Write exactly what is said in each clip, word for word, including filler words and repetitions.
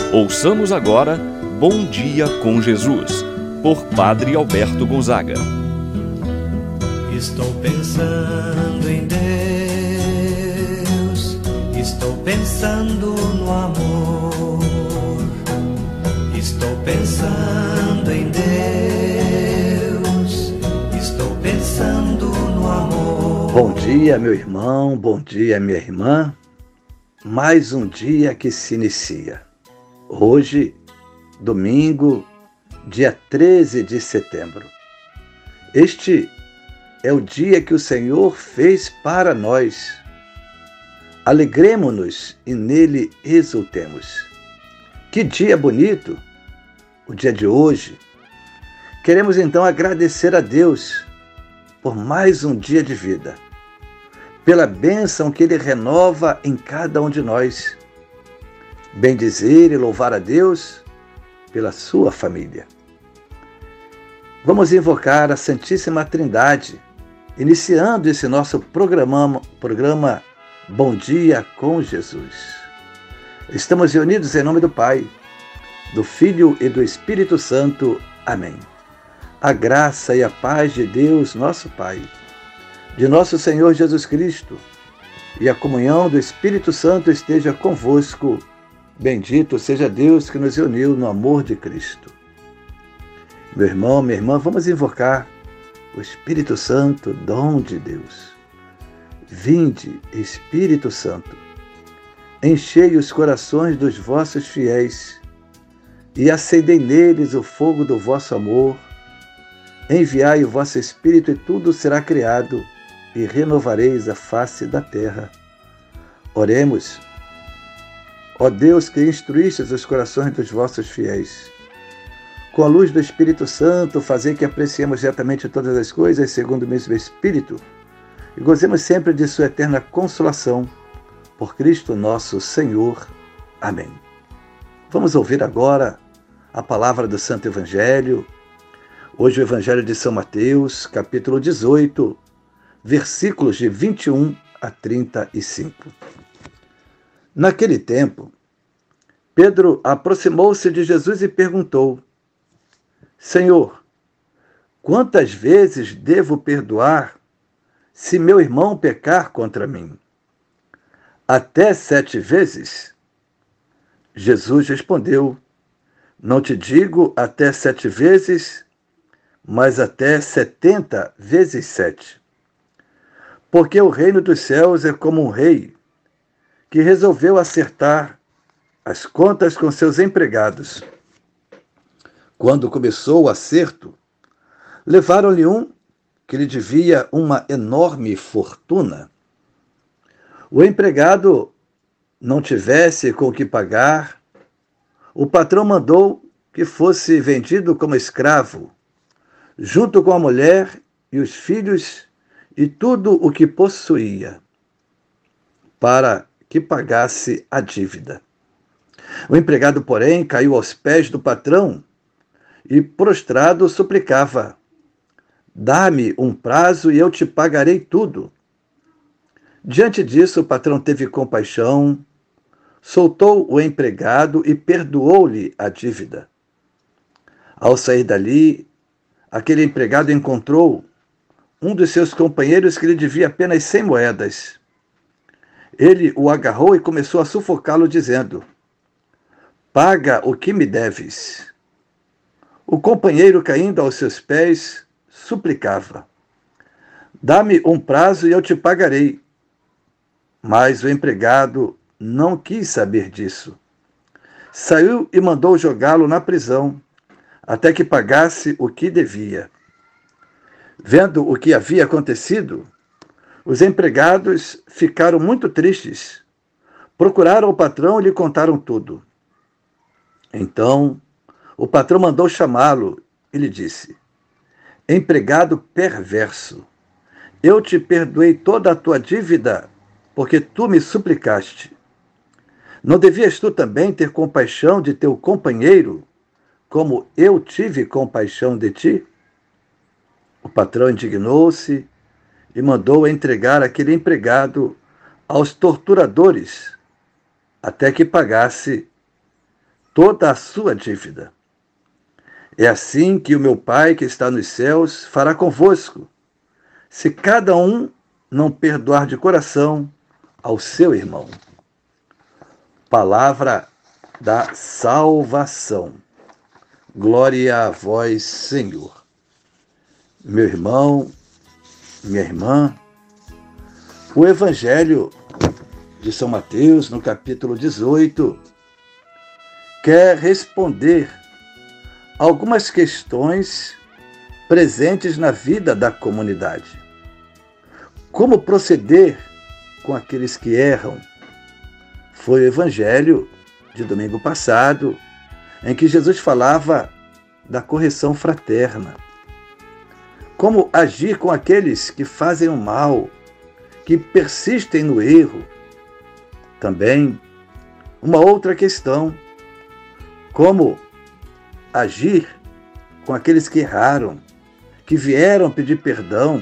Ouçamos agora Bom Dia com Jesus, por Padre Alberto Gonzaga. Estou pensando em Deus, estou pensando no amor, estou pensando em Deus, estou pensando no amor. Bom dia, meu irmão, bom dia, minha irmã. Mais um dia que se inicia. Hoje, domingo, dia treze de setembro. Este é o dia que o Senhor fez para nós. Alegremo-nos e nele exultemos. Que dia bonito, o dia de hoje. Queremos então agradecer a Deus por mais um dia de vida, pela bênção que Ele renova em cada um de nós. Bendizer e louvar a Deus pela sua família. Vamos invocar a Santíssima Trindade, iniciando esse nosso programa, programa Bom Dia com Jesus. Estamos reunidos em nome do Pai, do Filho e do Espírito Santo. Amém. A graça e a paz de Deus, nosso Pai, de nosso Senhor Jesus Cristo, e a comunhão do Espírito Santo esteja convosco. Bendito seja Deus que nos reuniu no amor de Cristo. Meu irmão, minha irmã, vamos invocar o Espírito Santo, dom de Deus. Vinde, Espírito Santo, enchei os corações dos vossos fiéis e acendei neles o fogo do vosso amor. Enviai o vosso Espírito e tudo será criado, e renovareis a face da terra. Oremos. Ó Deus, que instruístes os corações dos vossos fiéis, com a luz do Espírito Santo, fazei que apreciemos retamente todas as coisas segundo o mesmo Espírito e gozemos sempre de sua eterna consolação. Por Cristo nosso Senhor. Amém. Vamos ouvir agora a palavra do Santo Evangelho. Hoje o Evangelho de São Mateus, capítulo dezoito, versículos de vinte e um a trinta e cinco. Naquele tempo, Pedro aproximou-se de Jesus e perguntou: Senhor, quantas vezes devo perdoar se meu irmão pecar contra mim? Até sete vezes? Jesus respondeu: Não te digo até sete vezes, mas até setenta vezes sete. Porque o reino dos céus é como um rei que resolveu acertar as contas com seus empregados. Quando começou o acerto, levaram-lhe um que lhe devia uma enorme fortuna. O empregado não tivesse com o que pagar, o patrão mandou que fosse vendido como escravo, junto com a mulher e os filhos e tudo o que possuía, para que pagasse a dívida. O empregado, porém, caiu aos pés do patrão e, prostrado, suplicava: Dá-me um prazo e eu te pagarei tudo. Diante disso, o patrão teve compaixão, soltou o empregado e perdoou-lhe a dívida. Ao sair dali, aquele empregado encontrou um dos seus companheiros que lhe devia apenas cem moedas. Ele o agarrou e começou a sufocá-lo, dizendo: Paga o que me deves. O companheiro, caindo aos seus pés, suplicava: Dá-me um prazo e eu te pagarei. Mas o empregado não quis saber disso. Saiu e mandou jogá-lo na prisão, até que pagasse o que devia. Vendo o que havia acontecido, os empregados ficaram muito tristes. Procuraram o patrão e lhe contaram tudo. Então, o patrão mandou chamá-lo e lhe disse: Empregado perverso, eu te perdoei toda a tua dívida, porque tu me suplicaste. Não devias tu também ter compaixão de teu companheiro, como eu tive compaixão de ti? O patrão indignou-se e mandou entregar aquele empregado aos torturadores, até que pagasse toda a sua dívida. É assim que o meu Pai que está nos céus fará convosco, se cada um não perdoar de coração ao seu irmão. Palavra da salvação. Glória a vós, Senhor. Meu irmão, minha irmã, o Evangelho de São Mateus, no capítulo dezoito, quer responder algumas questões presentes na vida da comunidade. Como proceder com aqueles que erram? Foi o Evangelho de domingo passado, em que Jesus falava da correção fraterna. Como agir com aqueles que fazem o mal, que persistem no erro. Também uma outra questão, como agir com aqueles que erraram, que vieram pedir perdão.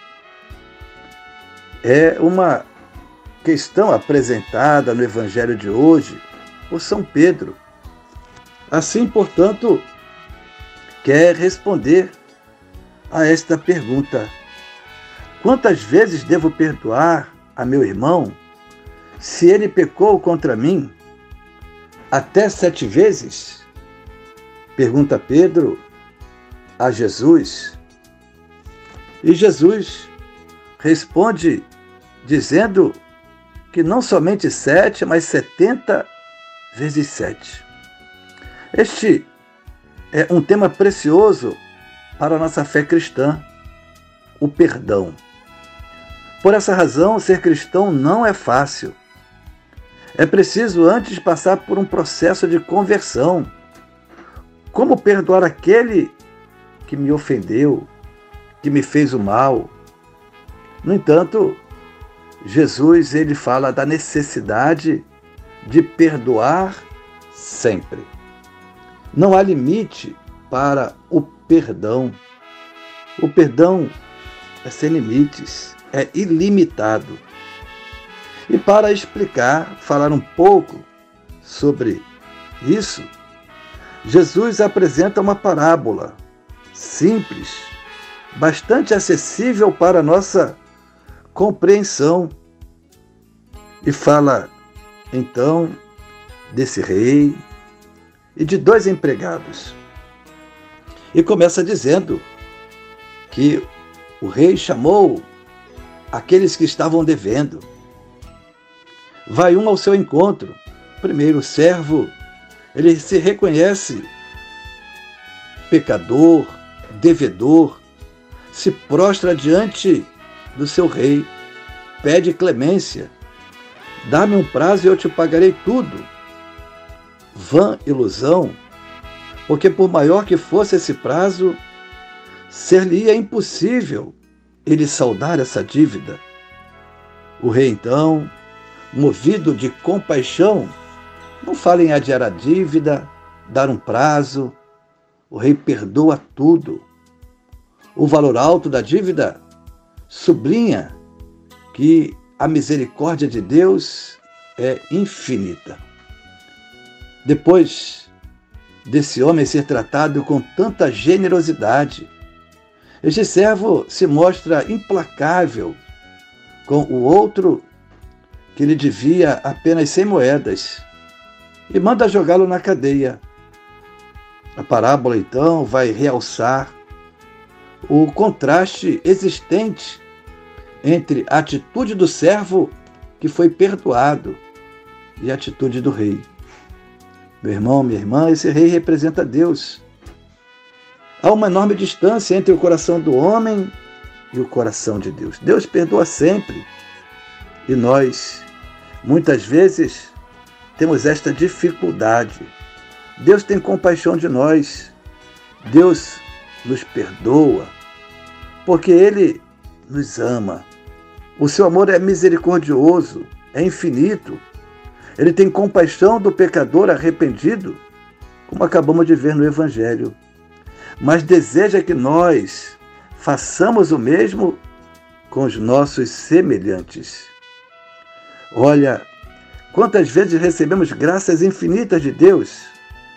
É uma questão apresentada no Evangelho de hoje por São Pedro. Assim, portanto, quer responder a esta pergunta: quantas vezes devo perdoar a meu irmão se ele pecou contra mim? Até sete vezes? Pergunta Pedro a Jesus. E Jesus responde dizendo que não somente sete, mas setenta vezes sete. Este é um tema precioso para a nossa fé cristã, o perdão. Por essa razão, ser cristão não é fácil. É preciso antes passar por um processo de conversão. Como perdoar aquele que me ofendeu, que me fez o mal? No entanto, Jesus ele fala da necessidade de perdoar sempre. Não há limite para o perdão. O perdão é sem limites, é ilimitado. E para explicar, falar um pouco sobre isso, Jesus apresenta uma parábola simples, bastante acessível para a nossa compreensão. E fala, então, desse rei e de dois empregados. E começa dizendo que o rei chamou aqueles que estavam devendo. Vai um ao seu encontro. Primeiro, o servo, ele se reconhece pecador, devedor, se prostra diante do seu rei, pede clemência. Dá-me um prazo e eu te pagarei tudo. Vã ilusão, porque por maior que fosse esse prazo, ser-lhe-ia impossível ele saldar essa dívida. O rei, então, movido de compaixão, não fala em adiar a dívida, dar um prazo. O rei perdoa tudo. O valor alto da dívida sublinha que a misericórdia de Deus é infinita. Depois desse homem ser tratado com tanta generosidade, este servo se mostra implacável com o outro que lhe devia apenas cem moedas e manda jogá-lo na cadeia. A parábola, então, vai realçar o contraste existente entre a atitude do servo que foi perdoado e a atitude do rei. Meu irmão, minha irmã, esse rei representa Deus. Há uma enorme distância entre o coração do homem e o coração de Deus. Deus perdoa sempre. E nós, muitas vezes, temos esta dificuldade. Deus tem compaixão de nós. Deus nos perdoa, porque Ele nos ama. O seu amor é misericordioso, é infinito. Ele tem compaixão do pecador arrependido, como acabamos de ver no Evangelho. Mas deseja que nós façamos o mesmo com os nossos semelhantes. Olha, quantas vezes recebemos graças infinitas de Deus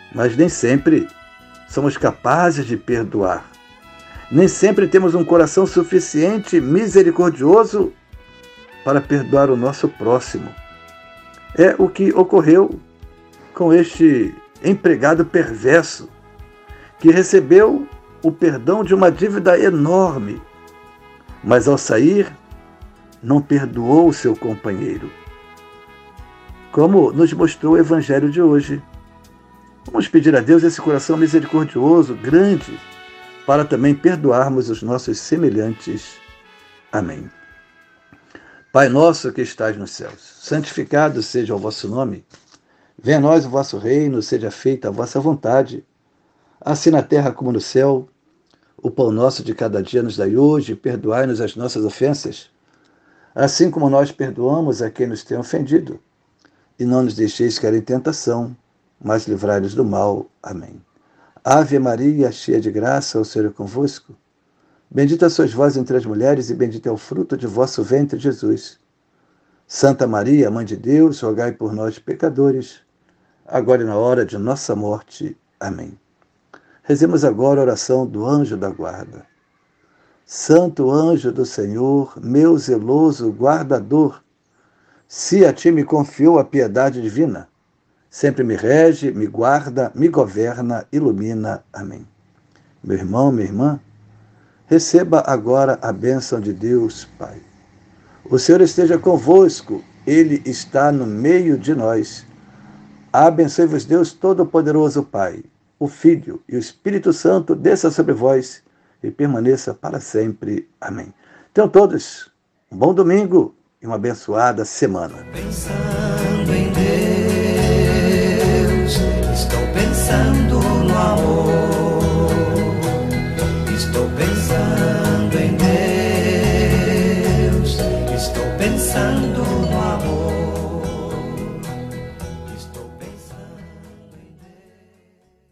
mas nem sempre somos capazes de perdoar. Nem sempre temos um coração suficiente misericordioso para perdoar o nosso próximo. É o que ocorreu com este empregado perverso, que recebeu o perdão de uma dívida enorme, mas ao sair, não perdoou o seu companheiro. Como nos mostrou o Evangelho de hoje. Vamos pedir a Deus esse coração misericordioso, grande, para também perdoarmos os nossos semelhantes. Amém. Pai nosso que estás nos céus, santificado seja o vosso nome. Venha a nós o vosso reino, seja feita a vossa vontade, assim na terra como no céu. O pão nosso de cada dia nos dai hoje, perdoai-nos as nossas ofensas, assim como nós perdoamos a quem nos tem ofendido. E não nos deixeis cair em tentação, mas livrai-nos do mal. Amém. Ave Maria, cheia de graça, o Senhor é convosco. Bendita sois vós entre as mulheres, e bendito é o fruto de vosso ventre, Jesus. Santa Maria, Mãe de Deus, rogai por nós, pecadores, agora e na hora de nossa morte. Amém. Rezemos agora a oração do anjo da guarda. Santo anjo do Senhor, meu zeloso guardador, se a ti me confiou a piedade divina, sempre me rege, me guarda, me governa, ilumina. Amém. Meu irmão, minha irmã, receba agora a bênção de Deus, Pai. O Senhor esteja convosco, Ele está no meio de nós. Abençoe-vos Deus Todo-Poderoso, Pai, o Filho e o Espírito Santo, desça sobre vós e permaneça para sempre. Amém. Tenham todos um bom domingo e uma abençoada semana. Pensando em Deus.